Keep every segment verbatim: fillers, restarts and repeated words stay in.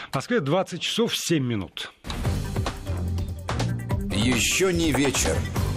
В Москве двадцать часов семь минут. Еще не вечер.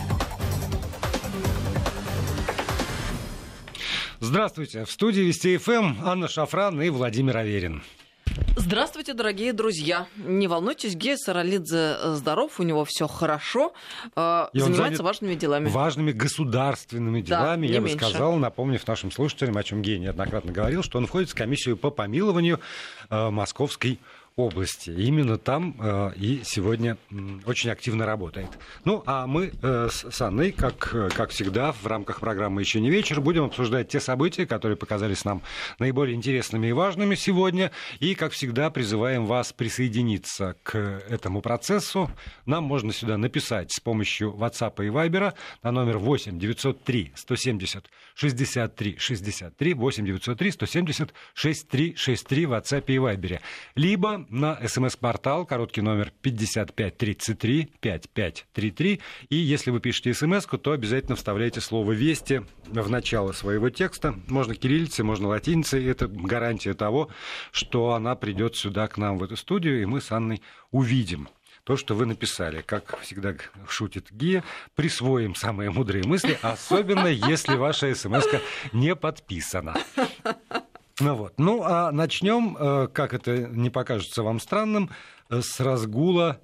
Здравствуйте. В студии Вести ФМ Анна Шафран и Владимир Аверин. Здравствуйте, дорогие друзья. Не волнуйтесь, Гея Саралидзе здоров, у него все хорошо, э, занимается важными делами. Важными государственными делами, да, я меньше. бы сказал, напомнив нашим слушателям, о чем Гея неоднократно говорил, что он входит в комиссию по помилованию э, Московской области. Именно там э, и сегодня э, очень активно работает. Ну, а мы э, с Анной, как, как всегда, в рамках программы «Еще не вечер» будем обсуждать те события, которые показались нам наиболее интересными и важными сегодня. И, как всегда, призываем вас присоединиться к этому процессу. Нам можно сюда написать с помощью WhatsApp и Viber на номер восемь девятьсот три сто семьдесят шестьдесят три шестьдесят три, восемь девятьсот три сто семьдесят шестьдесят три шестьдесят три в WhatsApp и Viber. Либо на смс-портал, короткий номер пятьдесят пять тридцать три пятьдесят пять тридцать три. И если вы пишете смс-ку, то обязательно вставляйте слово «Вести» в начало своего текста. Можно кириллицей, можно латиницей. Это гарантия того, что она придет сюда к нам в эту студию, и мы с Анной увидим то, что вы написали. Как всегда шутит Гия, присвоим самые мудрые мысли, особенно если ваша смс-ка не подписана. Ну, вот. Ну, а начнем, как это не покажется вам странным, с разгула,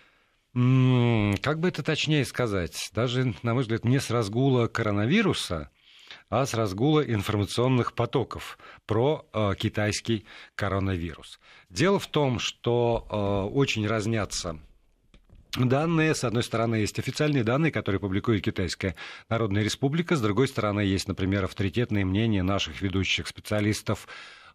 как бы это точнее сказать, даже, на мой взгляд, не с разгула коронавируса, а с разгула информационных потоков про э, китайский коронавирус. Дело в том, что э, очень разнятся данные. С одной стороны, есть официальные данные, которые публикует Китайская Народная Республика. С другой стороны, есть, например, авторитетные мнения наших ведущих специалистов,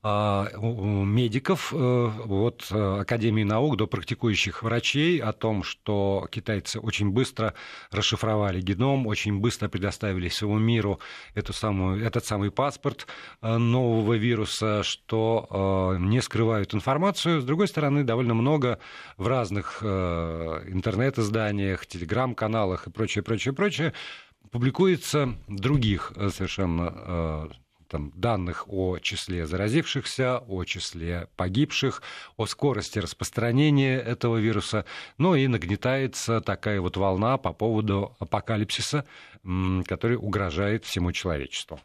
медиков от Академии наук до практикующих врачей о том, что китайцы очень быстро расшифровали геном, очень быстро предоставили всему миру эту самую, этот самый паспорт нового вируса, что не скрывают информацию. С другой стороны, довольно много в разных интернет-изданиях, телеграм-каналах и прочее, прочее, прочее публикуется других совершенно там, данных о числе заразившихся, о числе погибших, о скорости распространения этого вируса. Ну и нагнетается такая вот волна по поводу апокалипсиса, который угрожает всему человечеству.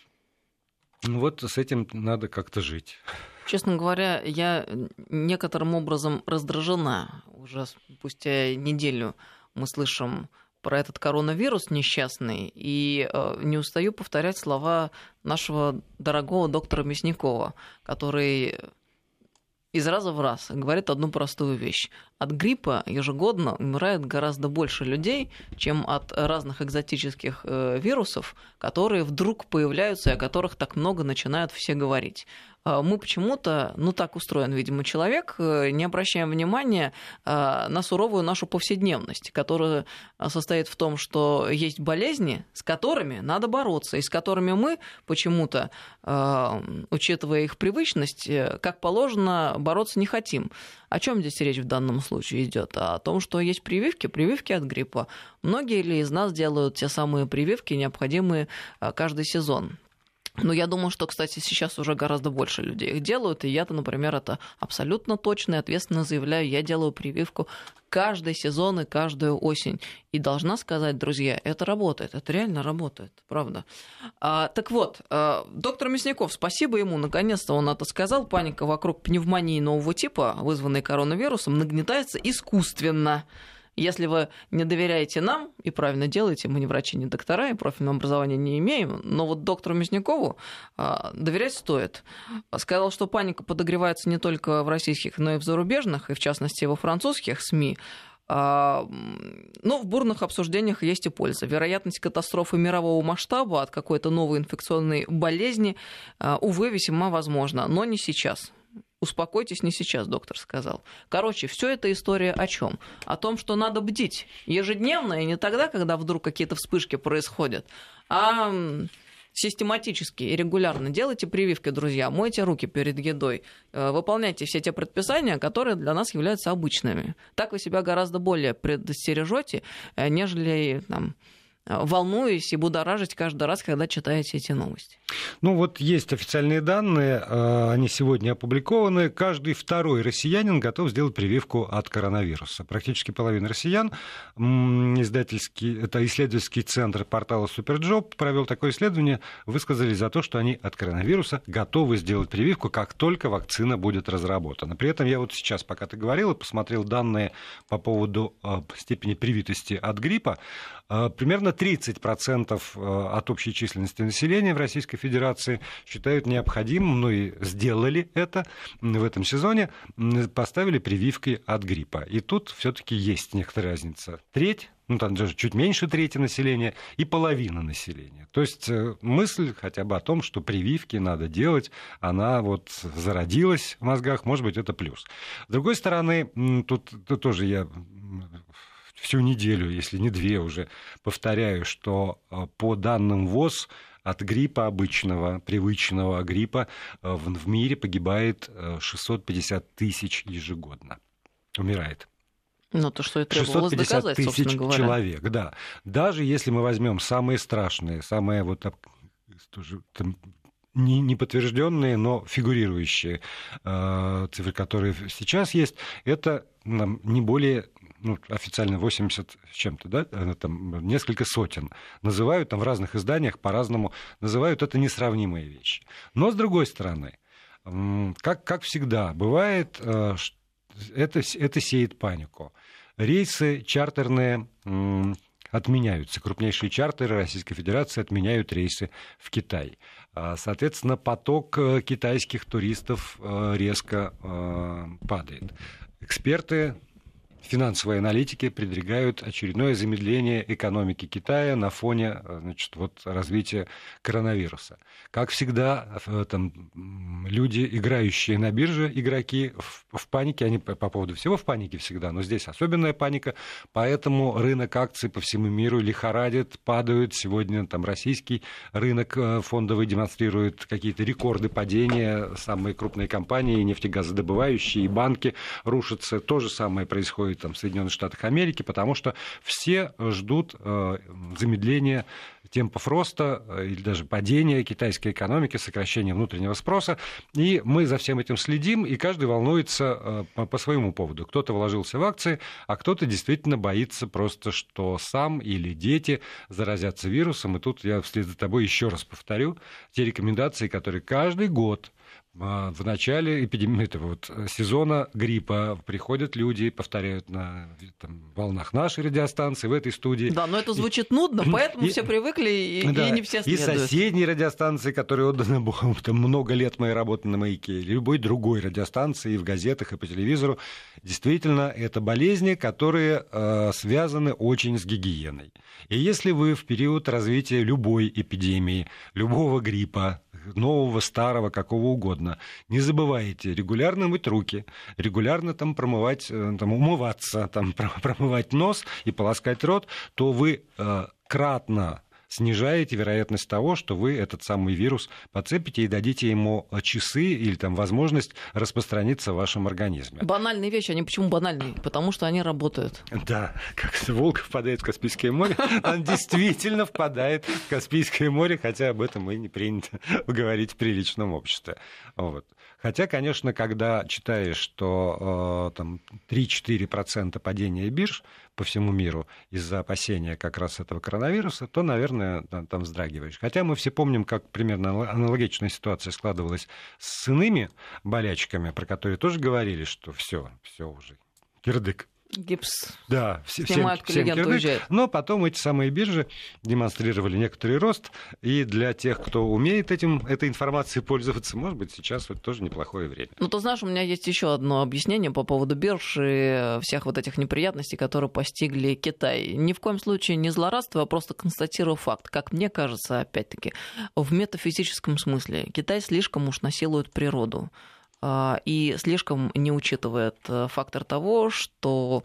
Вот с этим надо как-то жить. Честно говоря, я некоторым образом раздражена. Уже спустя неделю мы слышим про этот коронавирус несчастный, и э, не устаю повторять слова нашего дорогого доктора Мясникова, который из раза в раз говорит одну простую вещь. От гриппа ежегодно умирает гораздо больше людей, чем от разных экзотических э, вирусов, которые вдруг появляются и о которых так много начинают все говорить. Мы почему-то, ну так устроен, видимо, человек, не обращаем внимания на суровую нашу повседневность, которая состоит в том, что есть болезни, с которыми надо бороться, и с которыми мы почему-то, учитывая их привычность, как положено, бороться не хотим. О чем здесь речь в данном случае идет? О том, что есть прививки, прививки от гриппа. Многие ли из нас делают те самые прививки, необходимые каждый сезон? Но я думаю, что, кстати, сейчас уже гораздо больше людей их делают, и я-то, например, это абсолютно точно и ответственно заявляю, я делаю прививку каждый сезон и каждую осень. И должна сказать, друзья, это работает, это реально работает, правда. А, так вот, а, доктор Мясников, спасибо ему, наконец-то он это сказал, паника вокруг пневмонии нового типа, вызванной коронавирусом, нагнетается искусственно. Если вы не доверяете нам, и правильно делаете, мы не врачи, не доктора, и профильного образования не имеем, но вот доктору Мясникову а, доверять стоит. Сказал, что паника подогревается не только в российских, но и в зарубежных, и в частности во французских СМИ. А, но в бурных обсуждениях есть и польза. Вероятность катастрофы мирового масштаба от какой-то новой инфекционной болезни, а, увы, весьма возможна, но не сейчас. Успокойтесь, не сейчас, доктор сказал. Короче, все это история о чем? О том, что надо бдить ежедневно, и не тогда, когда вдруг какие-то вспышки происходят, а систематически и регулярно делайте прививки, друзья, мойте руки перед едой, выполняйте все те предписания, которые для нас являются обычными. Так вы себя гораздо более предостережете, нежели там, волнуюсь и будоражить каждый раз, когда читаете эти новости. Ну вот есть официальные данные, они сегодня опубликованы. Каждый второй россиянин готов сделать прививку от коронавируса. Практически половина россиян. Издательский, это исследовательский центр портала Суперджоп провел такое исследование, высказались за то, что они от коронавируса готовы сделать прививку, как только вакцина будет разработана. При этом я вот сейчас, пока ты говорил, посмотрел данные по поводу степени привитости от гриппа. Примерно тридцать процентов от общей численности населения в Российской Федерации считают необходимым, ну и сделали это в этом сезоне, поставили прививки от гриппа. И тут все-таки есть некоторая разница. Треть, ну там даже чуть меньше трети населения и половина населения. То есть мысль хотя бы о том, что прививки надо делать, она вот зародилась в мозгах, может быть, это плюс. С другой стороны, тут, тут тоже я всю неделю, если не две уже, повторяю, что по данным ВОЗ от гриппа обычного, привычного гриппа в мире погибает шестьсот пятьдесят тысяч ежегодно. Умирает. Ну, то, что и требовалось доказать, собственно говоря. шестьсот пятьдесят тысяч человек, да. Даже если мы возьмем самые страшные, самые вот тоже там, неподтвержденные, но фигурирующие э, цифры, которые сейчас есть, это нам не более... Ну, официально восемьдесят с чем-то, да, там несколько сотен. Называют там в разных изданиях по-разному, называют это несравнимые вещи. Но, с другой стороны, как, как всегда, бывает, это, это сеет панику. Рейсы чартерные отменяются. Крупнейшие чартеры Российской Федерации отменяют рейсы в Китай. Соответственно, поток китайских туристов резко падает. Эксперты, финансовые аналитики предрекают очередное замедление экономики Китая на фоне, значит, вот, развития коронавируса. Как всегда, там, люди, играющие на бирже, игроки в, в панике, они по, по поводу всего в панике всегда, но здесь особенная паника, поэтому рынок акций по всему миру лихорадит, падают. Сегодня там российский рынок фондовый демонстрирует какие-то рекорды падения, самые крупные компании, нефтегазодобывающие и банки рушатся. То же самое происходит там, в Соединенных Штатах Америки, потому что все ждут э, замедления темпов роста или даже падения китайской экономики, сокращения внутреннего спроса. И мы за всем этим следим, и каждый волнуется э, по, по своему поводу. Кто-то вложился в акции, а кто-то действительно боится просто, что сам или дети заразятся вирусом. И тут я вслед за тобой еще раз повторю те рекомендации, которые каждый год в начале эпидемии, этого вот сезона гриппа приходят люди, повторяют на там, волнах нашей радиостанции, в этой студии. Да, но это звучит и, нудно, поэтому и, все привыкли, и, да, и не все следуют. И соседней радиостанции, которой отдано Богом там, много лет моей работы на «Маяке», или любой другой радиостанции, и в газетах, и по телевизору. Действительно, это болезни, которые э, связаны очень с гигиеной. И если вы в период развития любой эпидемии, любого гриппа, нового, старого, какого угодно, не забывайте регулярно мыть руки, регулярно там промывать, там, умываться, там, промывать нос и полоскать рот, то вы э, кратно снижаете вероятность того, что вы этот самый вирус подцепите и дадите ему часы или там, возможность распространиться в вашем организме. Банальные вещи, они почему банальные? Потому что они работают. Да, как Волга впадает в Каспийское море, он действительно впадает в Каспийское море, хотя об этом и не принято говорить в приличном обществе. Вот. Хотя, конечно, когда читаешь, что э, там, три-четыре процента падения бирж по всему миру из-за опасения как раз этого коронавируса, то, наверное, там, там вздрагиваешь. Хотя мы все помним, как примерно аналогичная ситуация складывалась с иными болячками, про которые тоже говорили, что все, все уже, кирдык. Гипс да, снимают, всем, клиент всем уезжает. Но потом эти самые биржи демонстрировали некоторый рост, и для тех, кто умеет этим, этой информацией пользоваться, может быть, сейчас вот тоже неплохое время. Ну, ты знаешь, у меня есть еще одно объяснение по поводу бирж и всех вот этих неприятностей, которые постигли Китай. Ни в коем случае не злорадство, а просто констатирую факт. Как мне кажется, опять-таки, в метафизическом смысле Китай слишком уж насилует природу и слишком не учитывает фактор того, что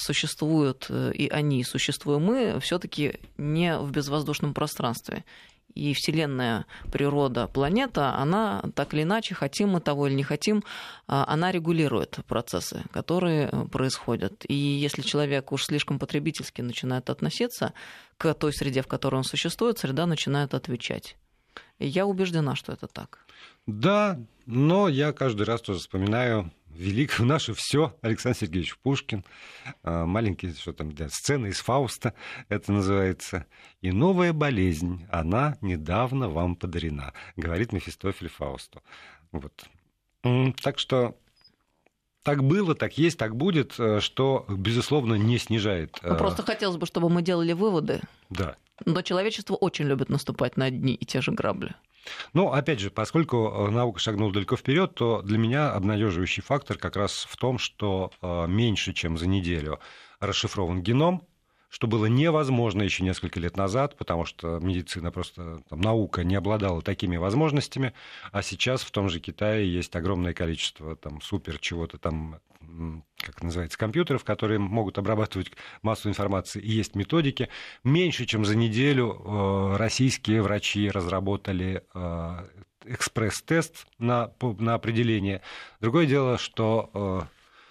существуют и они, и существуем мы, все-таки не в безвоздушном пространстве. и Вселенная, природа, планета, она так или иначе, хотим мы того или не хотим, она регулирует процессы, которые происходят. И если человек уж слишком потребительски начинает относиться к той среде, в которой он существует, среда начинает отвечать. И я убеждена, что это так. Да, но я каждый раз тоже вспоминаю великое наше все, Александр Сергеевич Пушкин, маленькие, что там, да, сцены из Фауста, это называется. «И новая болезнь, она недавно вам подарена», говорит Мефистофель Фаусту. Вот. Так что так было, так есть, так будет, что, безусловно, не снижает. Ну, просто хотелось бы, чтобы мы делали выводы. Да. Но человечество очень любит наступать на одни и те же грабли. Ну, опять же, поскольку наука шагнула далеко вперед, то для меня обнадеживающий фактор как раз в том, что меньше чем за неделю расшифрован геном, что было невозможно еще несколько лет назад, потому что медицина, просто там, наука не обладала такими возможностями, а сейчас в том же Китае есть огромное количество там, супер чего-то там, как это называется, компьютеров, которые могут обрабатывать массу информации, и есть методики. Меньше чем за неделю российские врачи разработали экспресс-тест на, на определение. Другое дело, что...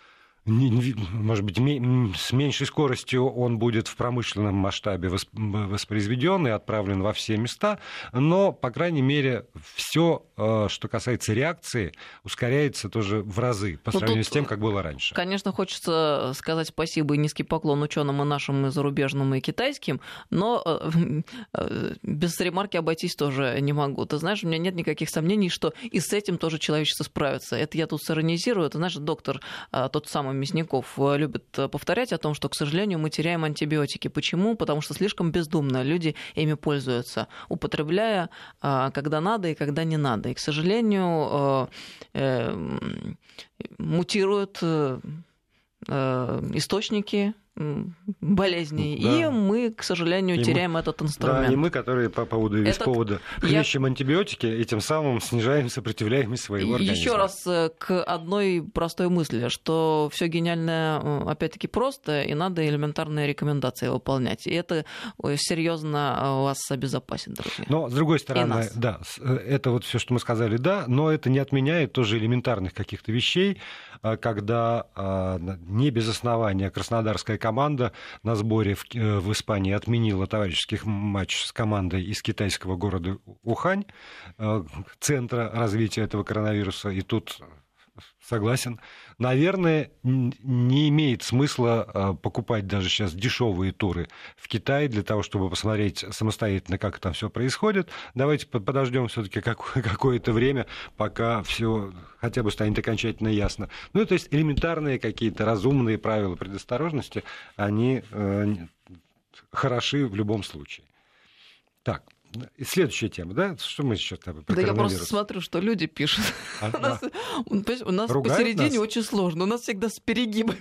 может быть, с меньшей скоростью он будет в промышленном масштабе воспроизведен и отправлен во все места, но, по крайней мере, все, что касается реакции, ускоряется тоже в разы по сравнению с тем, как было раньше. Конечно, хочется сказать спасибо и низкий поклон ученым и нашим, и зарубежным, и китайским, но без ремарки обойтись тоже не могу. Ты знаешь, у меня нет никаких сомнений, что и с этим тоже человечество справится. Это я тут сиронизирую. Ты знаешь, доктор, тот самый Мясников, любит повторять о том, что, к сожалению, мы теряем антибиотики. Почему? Потому что слишком бездумно люди ими пользуются, употребляя, когда надо и когда не надо. И, к сожалению, мутируют источники болезней. Да. И мы, к сожалению, и теряем мы, этот инструмент. Да, и мы, которые по поводу и без повода хлещем я... антибиотики, и тем самым снижаем сопротивляемость своего организма. Еще раз к одной простой мысли, что все гениальное, опять-таки, просто, и надо элементарные рекомендации выполнять. И это серьезно вас обезопасит, друзья. Но, с другой стороны, да, это вот все, что мы сказали, да, но это не отменяет тоже элементарных каких-то вещей, когда не без основания краснодарская команда на сборе в, в Испании отменила товарищеский матч с командой из китайского города Ухань, центра развития этого коронавируса. И тут согласен. Наверное, не имеет смысла покупать даже сейчас дешевые туры в Китай для того, чтобы посмотреть самостоятельно, как там все происходит. Давайте подождем все-таки какое-то время, пока все хотя бы станет окончательно ясно. Ну, то есть элементарные какие-то разумные правила предосторожности, они хороши в любом случае. Так. И следующая тема, да? Что мы сейчас там про Да я просто смотрю, что люди пишут. А, у нас, а. у нас посередине нас? Очень сложно. У нас всегда с перегибами.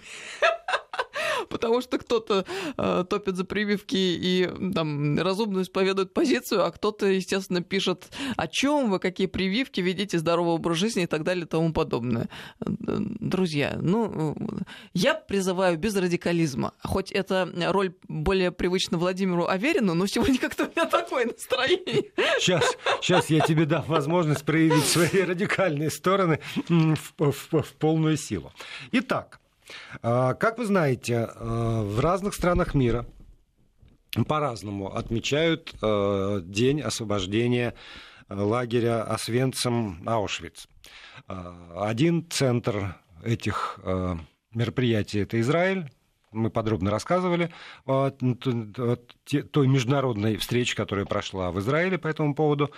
Потому что кто-то э, топит за прививки и там разумно исповедует позицию, а кто-то, естественно, пишет, о чем вы, какие прививки, ведите здоровый образ жизни и так далее и тому подобное. Друзья, ну, я призываю без радикализма. Хоть эта роль более привычна Владимиру Аверину, но сегодня как-то у меня такое настроение. Сейчас, сейчас я тебе дам возможность проявить свои радикальные стороны в, в, в полную силу. Итак, как вы знаете, в разных странах мира по-разному отмечают День освобождения лагеря Освенцим-Аушвиц. Один центр этих мероприятий – это Израиль. Мы подробно рассказывали о той международной встрече, которая прошла в Израиле по этому поводу.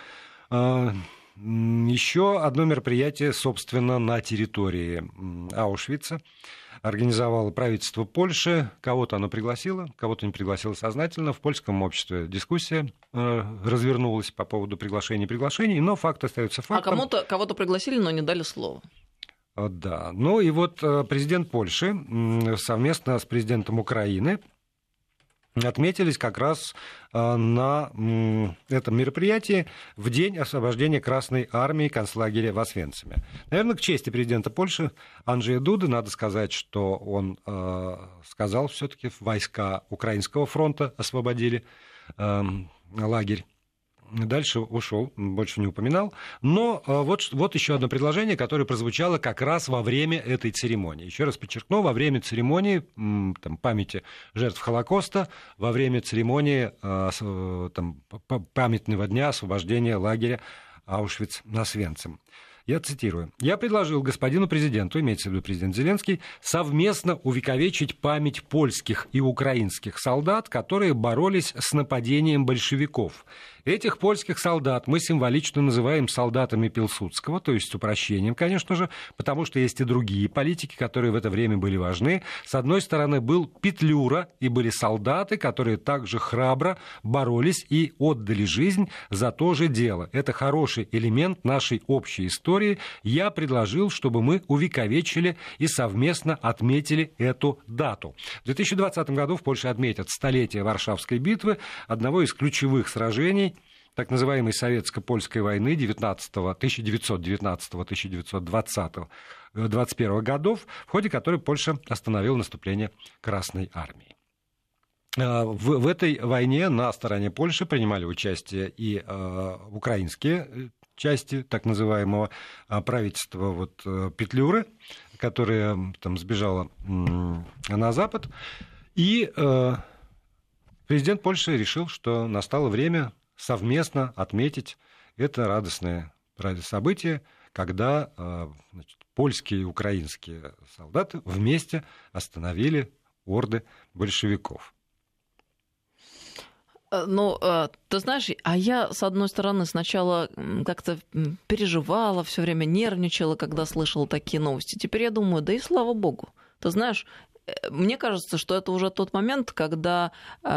Еще одно мероприятие, собственно, на территории Аушвица организовало правительство Польши. Кого-то оно пригласило, кого-то не пригласило сознательно. В польском обществе дискуссия развернулась по поводу приглашений и приглашений, но факт остается фактом. А кому-то, кого-то пригласили, но не дали слова. Да. Ну и вот президент Польши совместно с президентом Украины отметились как раз на этом мероприятии в день освобождения Красной Армии концлагеря в Освенциме. Наверное, к чести президента Польши Анджея Дуды надо сказать, что он сказал все-таки, войска Украинского фронта освободили лагерь дальше ушел, больше не упоминал. Но вот, вот еще одно предложение, которое прозвучало как раз во время этой церемонии. Еще раз подчеркну, во время церемонии там, памяти жертв Холокоста, во время церемонии там, памятного дня освобождения лагеря Аушвиц-Освенцим. Я цитирую. «Я предложил господину президенту, имеется в виду президент Зеленский, совместно увековечить память польских и украинских солдат, которые боролись с нападением большевиков. Этих польских солдат мы символично называем солдатами Пилсудского, то есть с упрощением, конечно же, потому что есть и другие политики, которые в это время были важны. С одной стороны, был Петлюра, и были солдаты, которые также храбро боролись и отдали жизнь за то же дело. Это хороший элемент нашей общей истории. Я предложил, чтобы мы увековечили и совместно отметили эту дату». В две тысячи двадцатом году в Польше отметят столетие Варшавской битвы, одного из ключевых сражений так называемой советско-польской войны тысяча девятьсот девятнадцатого — тысяча девятьсот двадцать первого годов, в ходе которой Польша остановила наступление Красной Армии. В, в этой войне на стороне Польши принимали участие и э, украинские части так называемого правительства вот, Петлюры, которая там сбежала на запад. И э, президент Польши решил, что настало время совместно отметить это радостное событие, когда значит, польские и украинские солдаты вместе остановили орды большевиков. Ну, ты знаешь, а я, с одной стороны, сначала как-то переживала, все время нервничала, когда слышала такие новости. Теперь я думаю, да и слава богу. Ты знаешь, мне кажется, что это уже тот момент, когда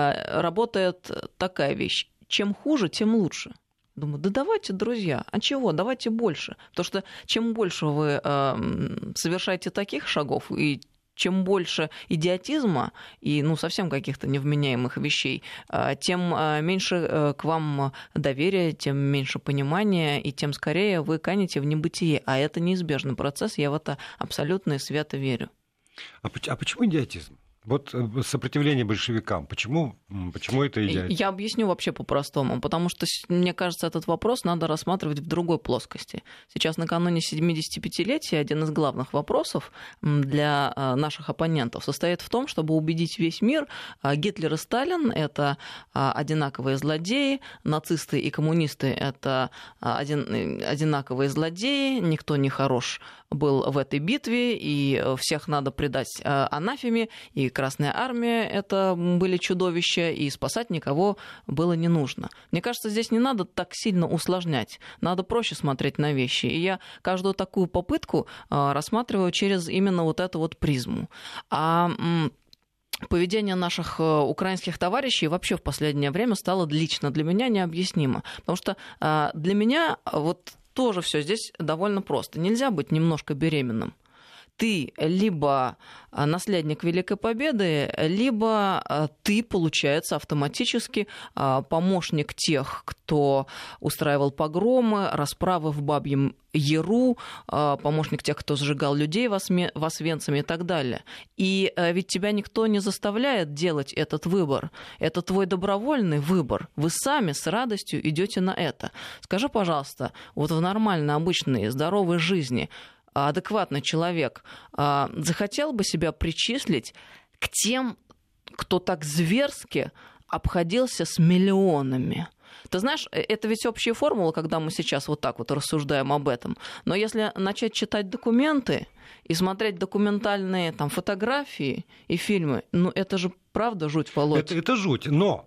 работает такая вещь. Чем хуже, тем лучше. Думаю, да давайте, друзья, а чего, давайте больше. Потому что чем больше вы э, совершаете таких шагов, и чем больше идиотизма и ну, совсем каких-то невменяемых вещей, э, тем э, меньше э, к вам доверия, тем меньше понимания, и тем скорее вы канете в небытие. А это неизбежный процесс, я в это абсолютно и свято верю. А, а почему идиотизм? Вот сопротивление большевикам, почему, почему это идеально? Я объясню вообще по-простому, потому что, мне кажется, этот вопрос надо рассматривать в другой плоскости. Сейчас накануне семидесятипятилетия один из главных вопросов для наших оппонентов состоит в том, чтобы убедить весь мир, Гитлер и Сталин — это одинаковые злодеи, нацисты и коммунисты — это один, одинаковые злодеи, никто не хорош был в этой битве, и всех надо предать анафеме, и Красная Армия — это были чудовища, и спасать никого было не нужно. Мне кажется, здесь не надо так сильно усложнять, надо проще смотреть на вещи. И я каждую такую попытку рассматриваю через именно вот эту вот призму. А поведение наших украинских товарищей вообще в последнее время стало лично для меня необъяснимо. Потому что для меня вот тоже все здесь довольно просто. Нельзя быть немножко беременным. Ты либо наследник Великой Победы, либо ты, получается, автоматически помощник тех, кто устраивал погромы, расправы в Бабьем Яру, помощник тех, кто сжигал людей в Освенциме и так далее. И ведь тебя никто не заставляет делать этот выбор. Это твой добровольный выбор. Вы сами с радостью идете на это. Скажи, пожалуйста, вот в нормальной, обычной, здоровой жизни адекватный человек захотел бы себя причислить к тем, кто так зверски обходился с миллионами? Ты знаешь, это ведь общая формула, когда мы сейчас вот так вот рассуждаем об этом. Но если начать читать документы и смотреть документальные там, фотографии и фильмы, ну это же правда жуть, Володь. Это, это жуть, но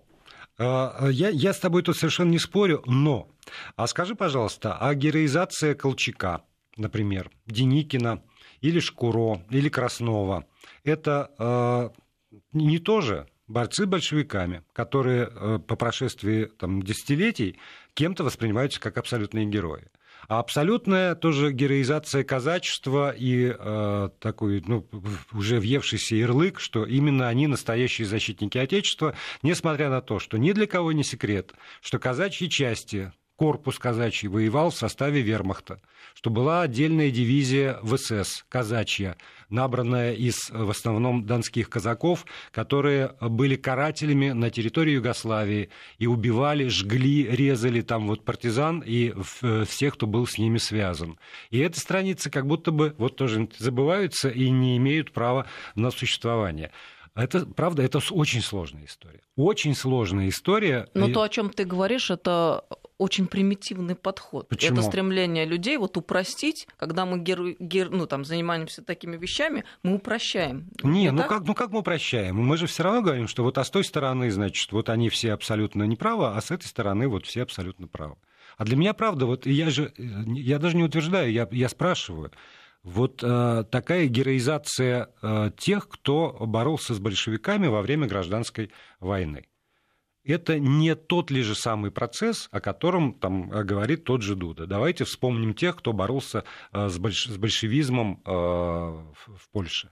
э, я, я с тобой тут совершенно не спорю, но а скажи, пожалуйста, а героизация Колчака, например, Деникина или Шкуро, или Краснова, это э, не то же борцы с большевиками, которые э, по прошествии там, десятилетий кем-то воспринимаются как абсолютные герои. А абсолютная тоже героизация казачества и э, такой ну, уже въевшийся ярлык, что именно они настоящие защитники Отечества, несмотря на то, что ни для кого не секрет, что казачьи части корпус казачий воевал в составе вермахта, что была отдельная дивизия ВСС казачья, набранная из в основном донских казаков, которые были карателями на территории Югославии и убивали, жгли, резали там вот партизан и всех, кто был с ними связан. И эти страницы как будто бы вот тоже забываются и не имеют права на существование. Это, правда, это очень сложная история. Очень сложная история. Но то, о чем ты говоришь, это очень примитивный подход. Почему? Это стремление людей вот упростить, когда мы гер... Гер... ну, там, занимаемся такими вещами, мы упрощаем. Не, Не ну так? как, ну как мы упрощаем? Мы же все равно говорим, что вот а с той стороны, значит, вот они все абсолютно неправы, а с этой стороны вот все абсолютно правы. А для меня правда, вот я же, я даже не утверждаю, я, я спрашиваю. Вот э, такая героизация э, тех, кто боролся с большевиками во время гражданской войны. Это не тот ли же самый процесс, о котором там говорит тот же Дуда. Давайте вспомним тех, кто боролся э, с, больш... с большевизмом э, в, в Польше.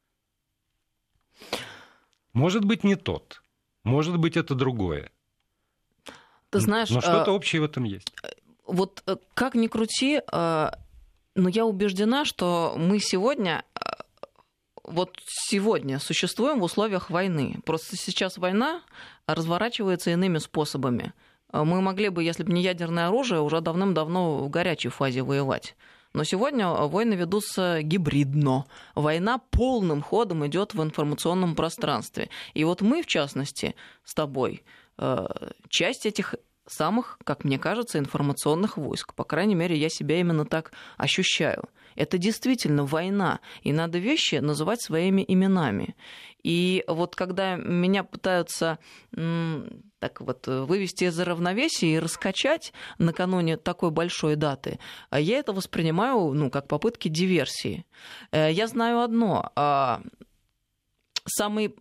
Может быть, не тот. Может быть, это другое. Ты знаешь, но что-то э, общее в этом есть. Вот э, как ни крути... Э... Но я убеждена, что мы сегодня, вот сегодня существуем в условиях войны. Просто сейчас война разворачивается иными способами. Мы могли бы, если бы не ядерное оружие, уже давным-давно в горячей фазе воевать. Но сегодня войны ведутся гибридно. Война полным ходом идет в информационном пространстве. И вот мы, в частности, с тобой, часть этих самых, как мне кажется, информационных войск. По крайней мере, я себя именно так ощущаю. Это действительно война, и надо вещи называть своими именами. И вот когда меня пытаются м, так вот вывести из равновесия и раскачать накануне такой большой даты, я это воспринимаю, ну, как попытки диверсии. Я знаю одно. Самый...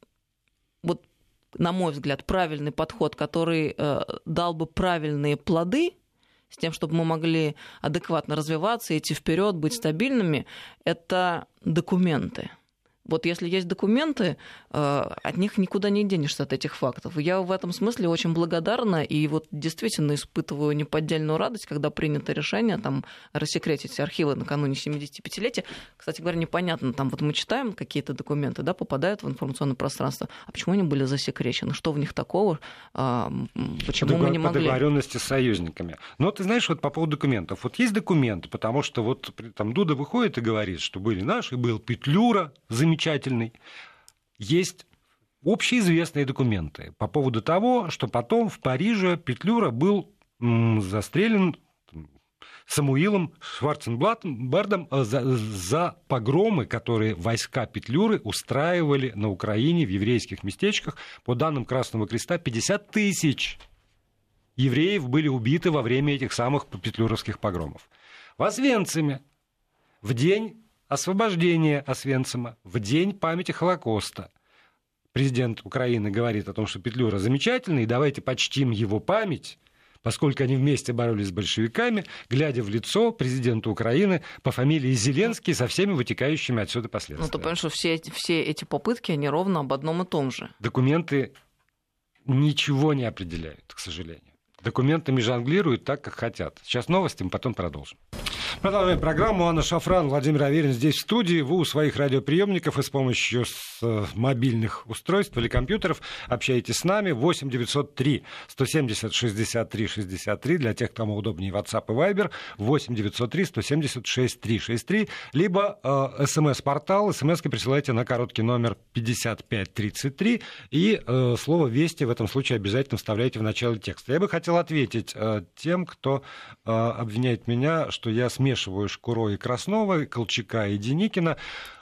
Вот, на мой взгляд, правильный подход, который э, дал бы правильные плоды, с тем, чтобы мы могли адекватно развиваться, идти вперед, быть стабильными, это документы. Вот если есть документы, от них никуда не денешься, от этих фактов. Я в этом смысле очень благодарна и вот действительно испытываю неподдельную радость, когда принято решение там, рассекретить архивы накануне семидесятипятилетия. Кстати говоря, непонятно, там вот мы читаем какие-то документы, да, попадают в информационное пространство, а почему они были засекречены, что в них такого, почему по мы не могли? По договоренности с союзниками. Но ты знаешь, вот по поводу документов. Вот есть документы, потому что вот там Дуда выходит и говорит, что были наши, был Петлюра, замечательный. Замечательный. Есть общеизвестные документы по поводу того, что потом в Париже Петлюра был застрелен Самуилом Шварценбардом за, за погромы, которые войска Петлюры устраивали на Украине в еврейских местечках. По данным Красного Креста, пятьдесят тысяч евреев были убиты во время этих самых петлюровских погромов. В Освенциме в день освобождения Освенцима, в день памяти Холокоста президент Украины говорит о том, что Петлюра замечательный, давайте почтим его память, поскольку они вместе боролись с большевиками, глядя в лицо президента Украины по фамилии Зеленский со всеми вытекающими отсюда последствиями. Ну, ты понимаешь, что все, все эти попытки, они ровно об одном и том же. Документы ничего не определяют, к сожалению. Документами жонглируют так, как хотят. Сейчас новости, мы потом продолжим. Продолжаем программу. Анна Шафран, Владимир Аверин здесь в студии. Вы у своих радиоприемников и с помощью с мобильных устройств или компьютеров общаетесь с нами. восемь девятьсот три сто семьдесят шестьдесят три шестьдесят три. Для тех, кому удобнее WhatsApp и Viber. восемь девятьсот три сто семьдесят шестьдесят три шестьдесят три. Либо э, смс-портал. СМС-ки присылайте на короткий номер пятьдесят пять тридцать три. И э, слово «Вести» в этом случае обязательно вставляйте в начало текста. Я бы хотел ответить э, тем, кто э, обвиняет меня, что я смешиваю Шкуро и Краснова, Колчака и Деникина.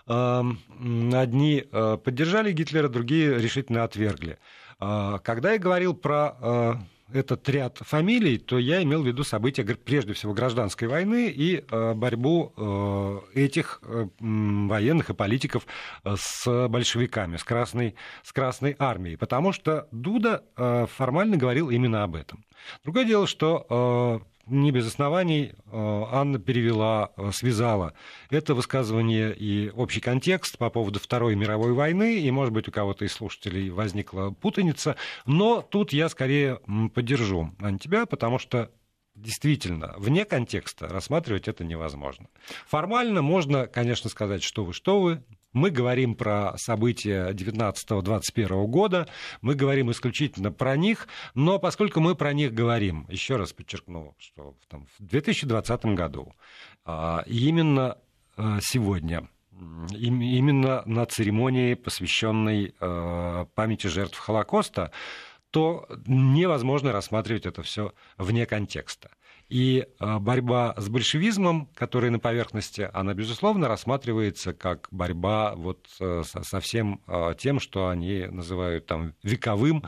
Одни поддержали Гитлера, другие решительно отвергли. Когда я говорил про этот ряд фамилий, то я имел в виду события, прежде всего, гражданской войны и борьбу этих военных и политиков с большевиками, с Красной, с Красной армией, потому что Дуда формально говорил именно об этом. Другое дело, что не без оснований Анна перевела, связала это высказывание и общий контекст по поводу Второй мировой войны, и, может быть, у кого-то из слушателей возникла путаница, но тут я скорее поддержу, Ань, тебя, потому что действительно, вне контекста рассматривать это невозможно. Формально можно, конечно, сказать, что вы, что вы. Мы говорим про события девятнадцатого-двадцать первого года, мы говорим исключительно про них, но поскольку мы про них говорим, еще раз подчеркну, что там, в две тысячи двадцатом году именно сегодня, именно на церемонии, посвященной памяти жертв Холокоста, то невозможно рассматривать это все вне контекста. И борьба с большевизмом, которая на поверхности, она, безусловно, рассматривается как борьба вот со всем тем, что они называют там вековым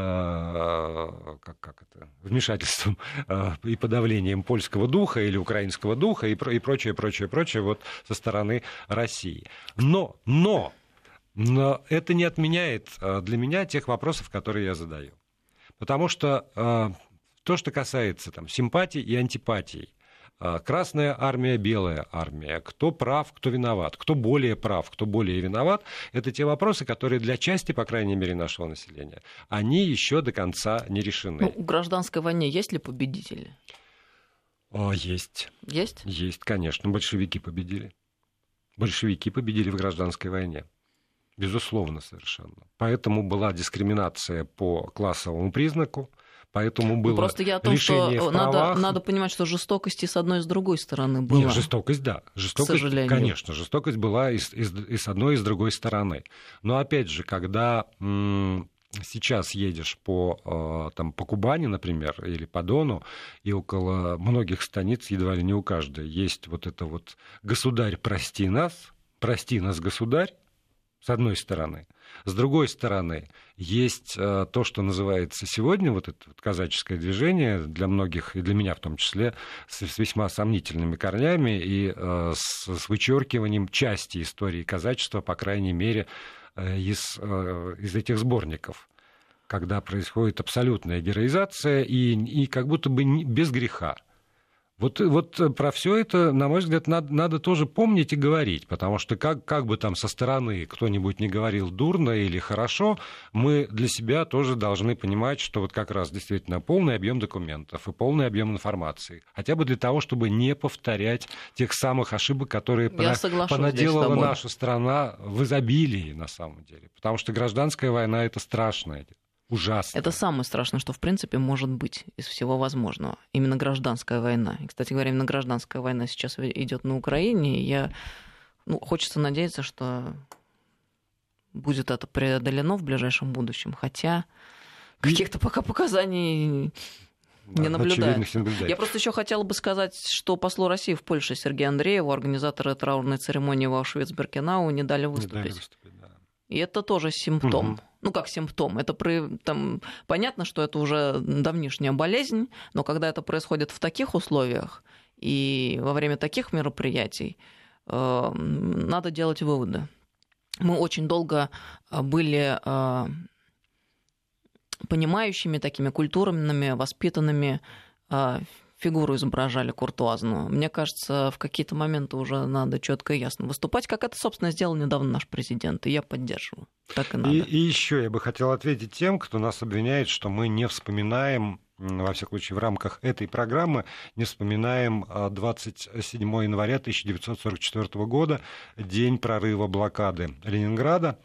как, как это, вмешательством и подавлением польского духа или украинского духа и прочее, прочее, прочее вот со стороны России. Но, но, но это не отменяет для меня тех вопросов, которые я задаю. Потому что то, что касается там, симпатий и антипатий, Красная армия, Белая армия, кто прав, кто виноват, кто более прав, кто более виноват, это те вопросы, которые для части, по крайней мере, нашего населения, они еще до конца не решены. Ну, в гражданской войне есть ли победители? О, есть. Есть? Есть, конечно. Большевики победили. Большевики победили в гражданской войне. Безусловно, совершенно. Поэтому была дискриминация по классовому признаку. Поэтому было ну, просто я о том, что надо, надо понимать, что жестокости с одной и с другой стороны была. Нет, жестокость, да. Жестокость, к сожалению. Конечно, жестокость была и с, и с одной, и с другой стороны. Но опять же, когда м- сейчас едешь по, там, по Кубани, например, или по Дону, и около многих станиц, едва ли не у каждой, есть вот это вот «Государь, прости нас», «Прости нас, государь», с одной стороны. С другой стороны, есть э, то, что называется сегодня, вот это вот казаческое движение, для многих, и для меня в том числе, с, с весьма сомнительными корнями и э, с, с вычеркиванием части истории казачества, по крайней мере, э, из, э, из этих сборников, когда происходит абсолютная героизация и, и как будто бы не, без греха. Вот, вот про все это, на мой взгляд, надо, надо тоже помнить и говорить, потому что как, как бы там со стороны кто-нибудь не говорил дурно или хорошо, мы для себя тоже должны понимать, что вот как раз действительно полный объем документов и полный объем информации, хотя бы для того, чтобы не повторять тех самых ошибок, которые пона- понаделала наша страна в изобилии на самом деле, потому что гражданская война — это страшное дело. Ужасно. Это самое страшное, что в принципе может быть из всего возможного. Именно гражданская война. И, кстати говоря, именно гражданская война сейчас идет на Украине. И я, ну, хочется надеяться, что будет это преодолено в ближайшем будущем. Хотя каких-то пока показаний не наблюдаю. Я просто еще хотела бы сказать, что послу России в Польше Сергею Андрееву, организаторы траурной церемонии в Аушвиц-Биркенау, не дали выступить. Не дали выступить, да. И это тоже симптом. Угу. Ну, как симптом. Это там, понятно, что это уже давнишняя болезнь, но когда это происходит в таких условиях и во время таких мероприятий, э, надо делать выводы. Мы очень долго были э, понимающими, такими культурными, воспитанными, э, фигуру изображали куртуазную. Мне кажется, в какие-то моменты уже надо четко и ясно выступать, как это, собственно, сделал недавно наш президент, и я поддерживаю. Так и надо. И, и еще я бы хотел ответить тем, кто нас обвиняет, что мы не вспоминаем, во всяком случае, в рамках этой программы, не вспоминаем двадцать седьмого января тысяча девятьсот сорок четвёртого года, день прорыва блокады Ленинграда.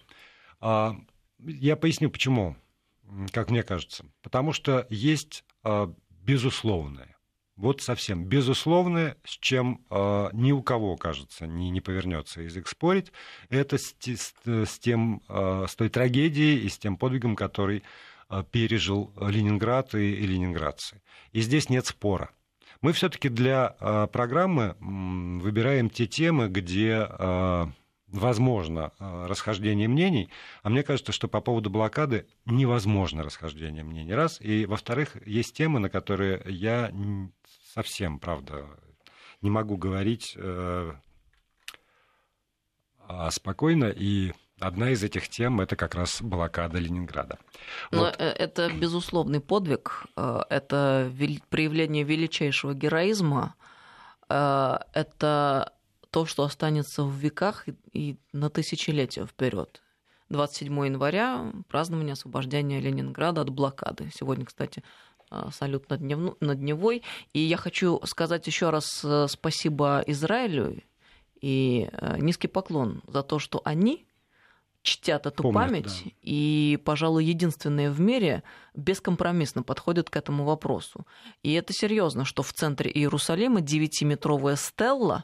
Я поясню, почему, как мне кажется. Потому что есть безусловное. Вот совсем безусловное, с чем э, ни у кого, кажется, не, не повернется язык спорить, это с, с, с, тем, э, с той трагедией и с тем подвигом, который э, пережил Ленинград и, и ленинградцы. И здесь нет спора. Мы все-таки для э, программы э, выбираем те темы, где э, возможно э, расхождение мнений, а мне кажется, что по поводу блокады невозможно расхождение мнений, раз. И, во-вторых, есть темы, на которые я совсем, правда, не могу говорить э, спокойно, и одна из этих тем — это как раз блокада Ленинграда. Но вот. Это безусловный подвиг, это проявление величайшего героизма, это то, что останется в веках и на тысячелетия вперед. двадцать седьмого января — празднование освобождения Ленинграда от блокады. Сегодня, кстати, салют над, днев... над Невой. И я хочу сказать еще раз спасибо Израилю и низкий поклон за то, что они чтят эту Помнят, память, да. И, пожалуй, единственные в мире бескомпромиссно подходят к этому вопросу. И это серьезно, что в центре Иерусалима девятиметровая стелла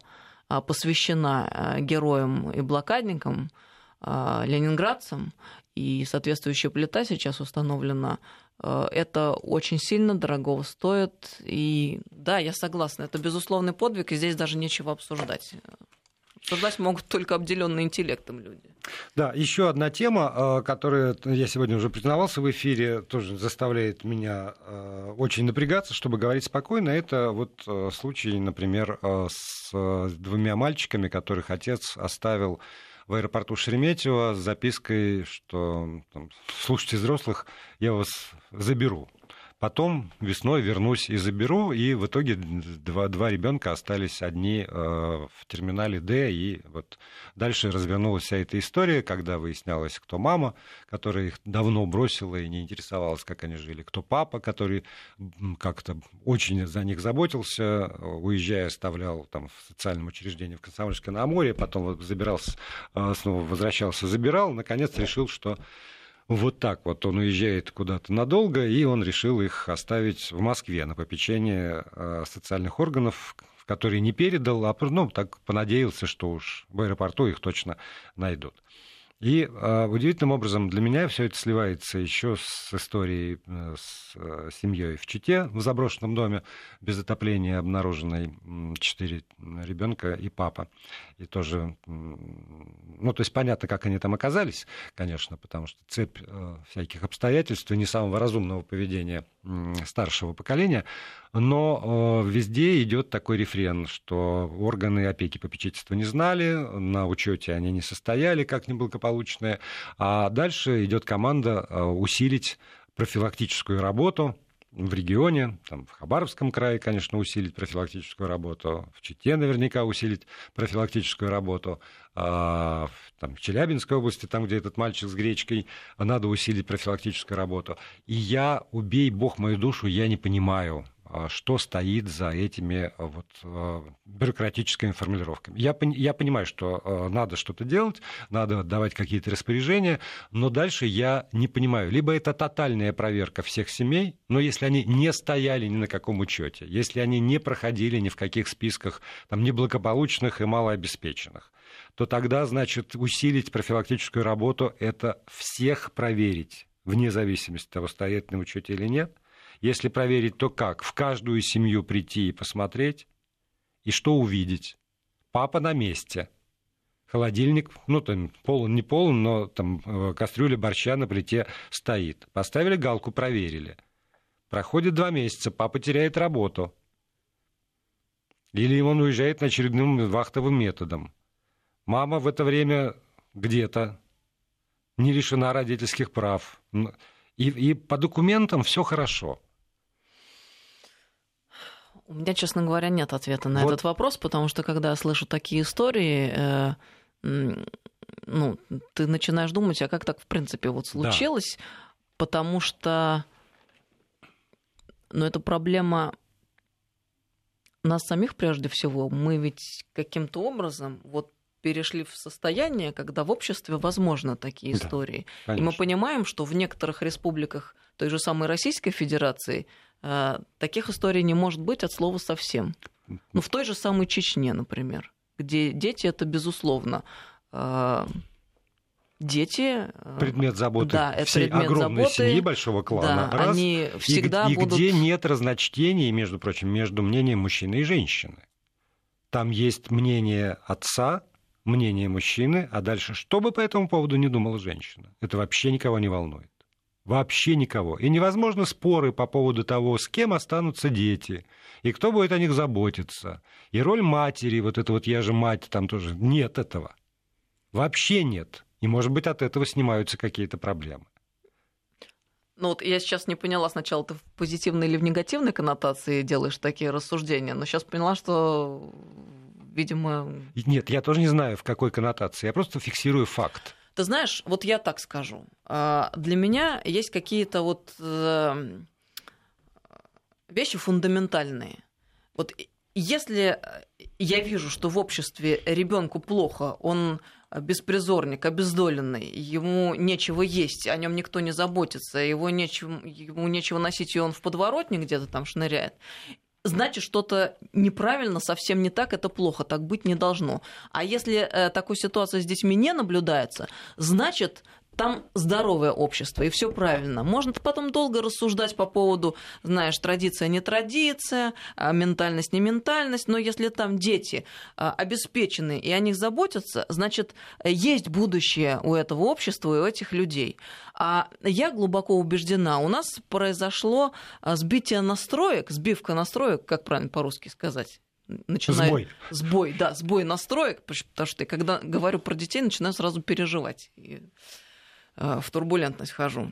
посвящена героям и блокадникам, ленинградцам, и соответствующая плита сейчас установлена. Это очень сильно дорогого стоит. И да, я согласна, это безусловный подвиг, и здесь даже нечего обсуждать. Обсуждать могут только обделенные интеллектом люди. Да, еще одна тема, которая, я сегодня уже признавался в эфире, тоже заставляет меня очень напрягаться, чтобы говорить спокойно. Это вот случай, например, с двумя мальчиками, которых отец оставил в аэропорту Шереметьево с запиской, что там, слушайте взрослых, я вас заберу. Потом весной вернусь и заберу, и в итоге два, два ребенка остались одни э, в терминале Д, и вот дальше развернулась вся эта история, когда выяснялось, кто мама, которая их давно бросила и не интересовалась, как они жили, кто папа, который как-то очень за них заботился, уезжая, оставлял там в социальном учреждении в Комсомольске-на-Амуре, потом вот забирался, снова возвращался, забирал, наконец решил, что вот так вот он уезжает куда-то надолго, и он решил их оставить в Москве на попечение социальных органов, в которые не передал, а ну, так понадеялся, что уж в аэропорту их точно найдут. И э, удивительным образом для меня все это сливается еще с историей э, с э, семьей в Чите, в заброшенном доме, без отопления обнаруженной четыре ребенка и папа. И тоже, ну, то есть понятно, как они там оказались, конечно, потому что цепь э, всяких обстоятельств и не самого разумного поведения э, старшего поколения, но э, везде идет такой рефрен, что органы опеки попечительства не знали, на учете они не состояли, как ни благополучные, а дальше идет команда э, усилить профилактическую работу в регионе, там, в Хабаровском крае, конечно, усилить профилактическую работу, в Чите наверняка усилить профилактическую работу, а там, в Челябинской области, там, где этот мальчик с гречкой, надо усилить профилактическую работу. И я, убей бог мою душу, я не понимаю, что стоит за этими вот бюрократическими формулировками. Я, я понимаю, что надо что-то делать, надо давать какие-то распоряжения, но дальше я не понимаю. Либо это тотальная проверка всех семей, но если они не стояли ни на каком учете, если они не проходили ни в каких списках там, неблагополучных и малообеспеченных, то тогда, значит, усилить профилактическую работу – это всех проверить, вне зависимости от того, стоят на учете или нет. Если проверить, то как? В каждую семью прийти и посмотреть, и что увидеть? Папа на месте. Холодильник, ну, там, полон, не полон, но там кастрюля борща на плите стоит. Поставили галку, проверили. Проходит два месяца, папа теряет работу. Или он уезжает на очередным вахтовым методом. Мама в это время где-то не лишена родительских прав. И, и по документам все хорошо. У меня, честно говоря, нет ответа на вот. этот вопрос, потому что, когда я слышу такие истории, э, ну, ты начинаешь думать, а как так, в принципе, вот случилось, да. Потому что, ну, это проблема нас самих прежде всего. Мы ведь каким-то образом вот перешли в состояние, когда в обществе возможны такие да, истории. Конечно. И мы понимаем, что в некоторых республиках той же самой Российской Федерации э, таких историй не может быть от слова совсем. Ну, в той же самой Чечне, например, где дети — это, безусловно, э, дети... Э, предмет заботы да, это всей предмет огромной заботы, семьи большого клана. Да, раз, они всегда и, и будут... где нет разночтений, между прочим, между мнением мужчины и женщины. Там есть мнение отца, мнение мужчины, а дальше, что бы по этому поводу ни думала женщина, это вообще никого не волнует. Вообще никого. И невозможно споры по поводу того, с кем останутся дети, и кто будет о них заботиться. И роль матери, вот это вот «я же мать», там тоже нет этого. Вообще нет. И, может быть, от этого снимаются какие-то проблемы. Ну вот я сейчас не поняла, сначала ты в позитивной или в негативной коннотации делаешь такие рассуждения, но сейчас поняла, что... Видимо... Нет, я тоже не знаю, в какой коннотации. Я просто фиксирую факт. Ты знаешь, вот я так скажу. Для меня есть какие-то вот вещи фундаментальные. Вот если я вижу, что в обществе ребенку плохо, он беспризорник, обездоленный, ему нечего есть, о нем никто не заботится, его нечего, ему нечего носить, и он в подворотне где-то там шныряет, значит, что-то неправильно, совсем не так, это плохо, так быть не должно. А если э, такой ситуации с детьми не наблюдается, значит, там здоровое общество, и все правильно. Можно потом долго рассуждать по поводу, знаешь, традиция, не традиция, ментальность, не ментальность, но если там дети обеспечены и о них заботятся, значит, есть будущее у этого общества и у этих людей. А я глубоко убеждена, у нас произошло сбитие настроек, сбивка настроек, как правильно по-русски сказать? Начинаю... Сбой. Сбой, да, сбой настроек, потому что когда говорю про детей, начинаю сразу переживать. В турбулентность хожу.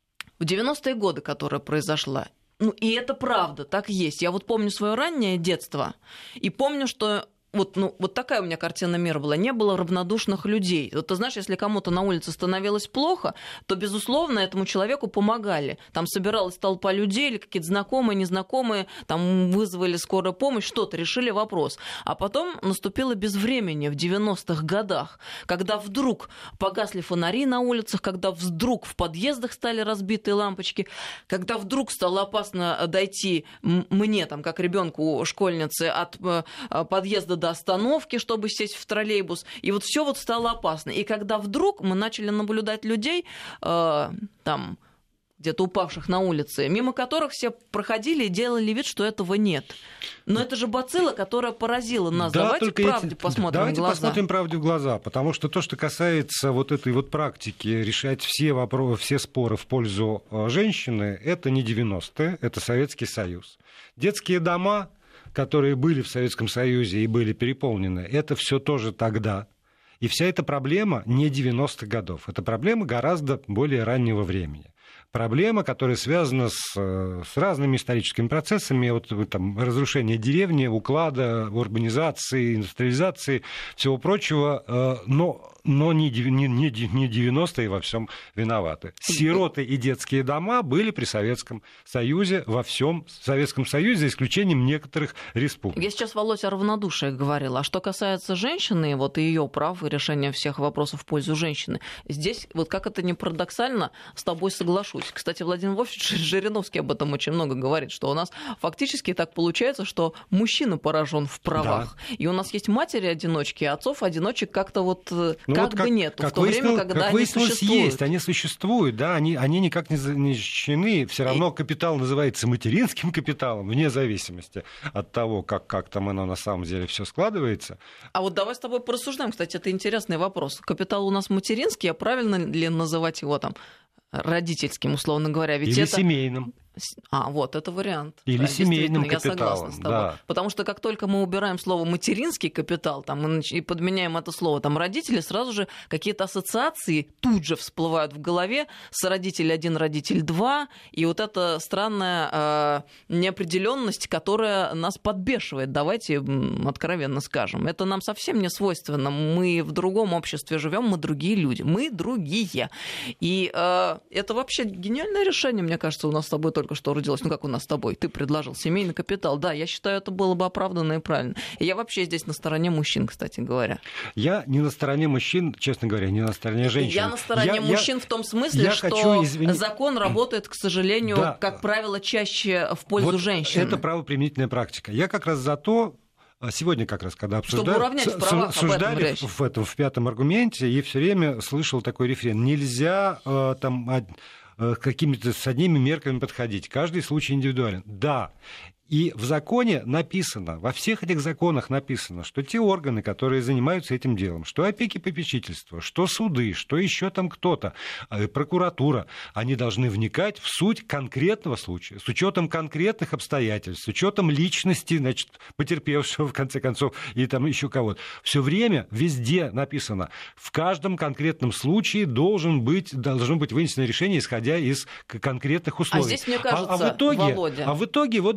В девяностые годы, которая произошла, ну и это правда, так есть. Я вот помню свое раннее детство и помню, что вот, ну, вот такая у меня картина мира была. Не было равнодушных людей. Вот ты знаешь, если кому-то на улице становилось плохо, то, безусловно, этому человеку помогали. Там собиралась толпа людей или какие-то знакомые, незнакомые, там вызвали скорую помощь, что-то, решили вопрос. А потом наступило безвременье в девяностых годах, когда вдруг погасли фонари на улицах, когда вдруг в подъездах стали разбитые лампочки, когда вдруг стало опасно дойти мне, там, как ребенку, школьнице, от подъезда до остановки, чтобы сесть в троллейбус. И вот все вот стало опасно. И когда вдруг мы начали наблюдать людей, э, там, где-то упавших на улице, мимо которых все проходили и делали вид, что этого нет. Но это же бацилла, которая поразила нас. Да, давайте правде эти... посмотрим давайте в глаза. Давайте посмотрим правде в глаза, потому что то, что касается вот этой вот практики решать все вопросы, все споры в пользу женщины, это не девяностые, это Советский Союз. Детские дома, которые были в Советском Союзе и были переполнены, это все тоже тогда. И вся эта проблема не девяностых годов. Это проблема гораздо более раннего времени. Проблема, которая связана с, с разными историческими процессами, вот, там, разрушение деревни, уклада, урбанизации, индустриализации, всего прочего, но... но не девяностые во всем виноваты. Сироты и детские дома были при Советском Союзе, во всем Советском Союзе, за исключением некоторых республик. Я сейчас, Володя, о равнодушии говорила. А что касается женщины, вот и ее прав, и решения всех вопросов в пользу женщины, здесь, вот как это ни парадоксально, с тобой соглашусь. Кстати, Владимир Вольфович Жириновский об этом очень много говорит, что у нас фактически так получается, что мужчина поражен в правах. Да. И у нас есть матери-одиночки, а отцов-одиночек как-то вот... Ну, как, вот как бы нету, как в то выяснил, время, когда как они выяснилось, существуют. Есть, они существуют, да, они, они никак не защищены, все равно и... капитал называется материнским капиталом, вне зависимости от того, как, как там оно на самом деле все складывается. А вот давай с тобой порассуждаем, кстати, это интересный вопрос. Капитал у нас материнский, а правильно ли называть его там родительским, условно говоря? Ведь Или это... семейным. А, вот, это вариант. Или да, семейным я капиталом. Согласна с тобой. Да. Потому что как только мы убираем слово «материнский капитал» там, и подменяем это слово там, «родители», сразу же какие-то ассоциации тут же всплывают в голове с «родитель один», «родитель два», и вот эта странная э, неопределенность, которая нас подбешивает, давайте откровенно скажем. Это нам совсем не свойственно. Мы в другом обществе живем, мы другие люди, мы другие. И э, это вообще гениальное решение, мне кажется, у нас с тобой только только что родилась, ну как у нас с тобой, ты предложил семейный капитал. Да, я считаю, это было бы оправданно и правильно. И я вообще здесь на стороне мужчин, кстати говоря. Я не на стороне мужчин, честно говоря, не на стороне женщин. Я на стороне я, мужчин я, в том смысле, что хочу, закон работает, к сожалению, да. как правило, чаще в пользу вот женщин. Это правоприменительная практика. Я как раз за то, сегодня как раз, когда обсуждали, чтобы уравнять в правах, обсуждали об этом в, этом, в пятом аргументе, и все время слышал такой рефрен. Нельзя э, там... какими-то с одними мерками подходить. Каждый случай индивидуален. Да. И в законе написано, во всех этих законах написано, что те органы, которые занимаются этим делом, что опеки попечительства, что суды, что еще там кто-то, прокуратура, они должны вникать в суть конкретного случая, с учетом конкретных обстоятельств, с учетом личности, значит, потерпевшего, в конце концов, и там еще кого-то. Все время везде написано, в каждом конкретном случае должен быть, должно быть вынесено решение, исходя из конкретных условий. А здесь, мне кажется, а, а в итоге, Володя... А в итоге, вот действительно,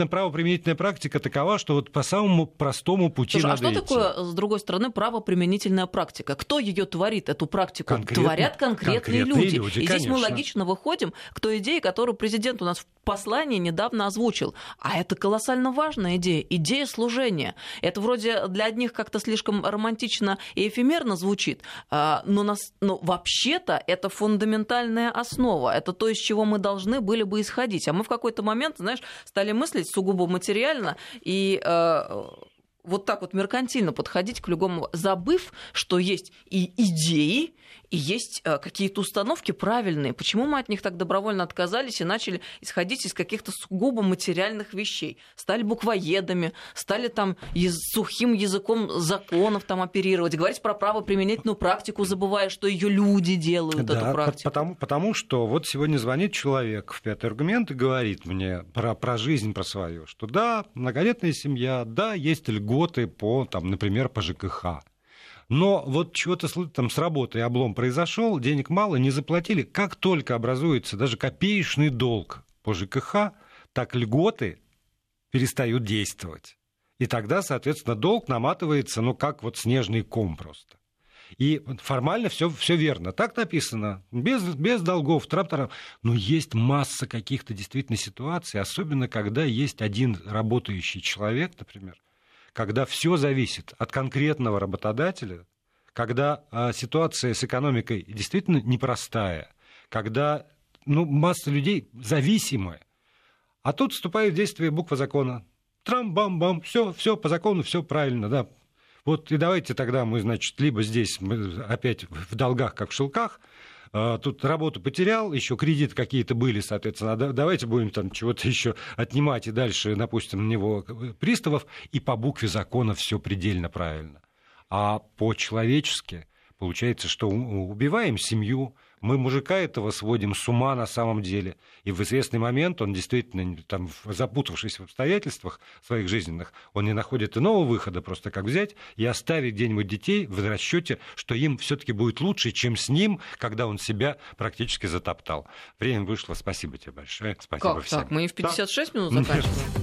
действительно правоприменительная практика такова, что вот по самому простому пути Слушай, надо а что идти. такое, с другой стороны, правоприменительная практика? Кто ее творит, эту практику? Конкретно, Творят конкретные, конкретные люди. люди, И здесь мы конечно. логично выходим к той идее, которую президент у нас в послании недавно озвучил. А это колоссально важная идея. Идея служения. Это вроде для одних как-то слишком романтично и эфемерно звучит, но, нас, но вообще-то это фундаментальная основа. Это то, из чего мы должны были бы исходить. А мы в какой-то момент, знаешь, стали мыслить сугубо материально и э, вот так вот меркантильно подходить к любому, забыв, что есть и идеи, и есть э, какие-то установки правильные. Почему мы от них так добровольно отказались и начали исходить из каких-то сугубо материальных вещей? Стали буквоедами, стали там яз- сухим языком законов там оперировать, говорить про правоприменительную практику, забывая, что ее люди делают, да, эту практику. Потому, потому что вот сегодня звонит человек в «Пятый аргумент» и говорит мне про, про жизнь, про свою, что да, многодетная семья, да, есть льготы по, там, например, по ЖКХ. Но вот чего-то там с работой облом произошел, денег мало, не заплатили. Как только образуется даже копеечный долг по ЖКХ, так льготы перестают действовать. И тогда, соответственно, долг наматывается, ну, как вот снежный ком просто. И формально все, все верно. Так написано, без, без долгов, трап-тарап. Но есть масса каких-то действительно ситуаций, особенно когда есть один работающий человек, например, когда все зависит от конкретного работодателя, когда а, ситуация с экономикой действительно непростая, когда ну, масса людей зависимая. А тут вступает в действие буква закона. Трам-бам-бам, все, все по закону, все правильно, да. Вот и давайте тогда мы, значит, либо здесь мы опять в долгах, как в шелках, тут работу потерял, еще кредиты какие-то были, соответственно, давайте будем там чего-то еще отнимать и дальше напустим на него приставов, и по букве закона все предельно правильно. А по-человечески получается, что убиваем семью, мы мужика этого сводим с ума на самом деле. И в известный момент он действительно, там, запутавшись в обстоятельствах своих жизненных, он не находит иного выхода, просто как взять и оставить где-нибудь детей в расчете, что им все-таки будет лучше, чем с ним, когда он себя практически затоптал. Время вышло. Спасибо тебе большое. Спасибо как всем. Так? Мы и в пятьдесят шесть минут заканчиваем?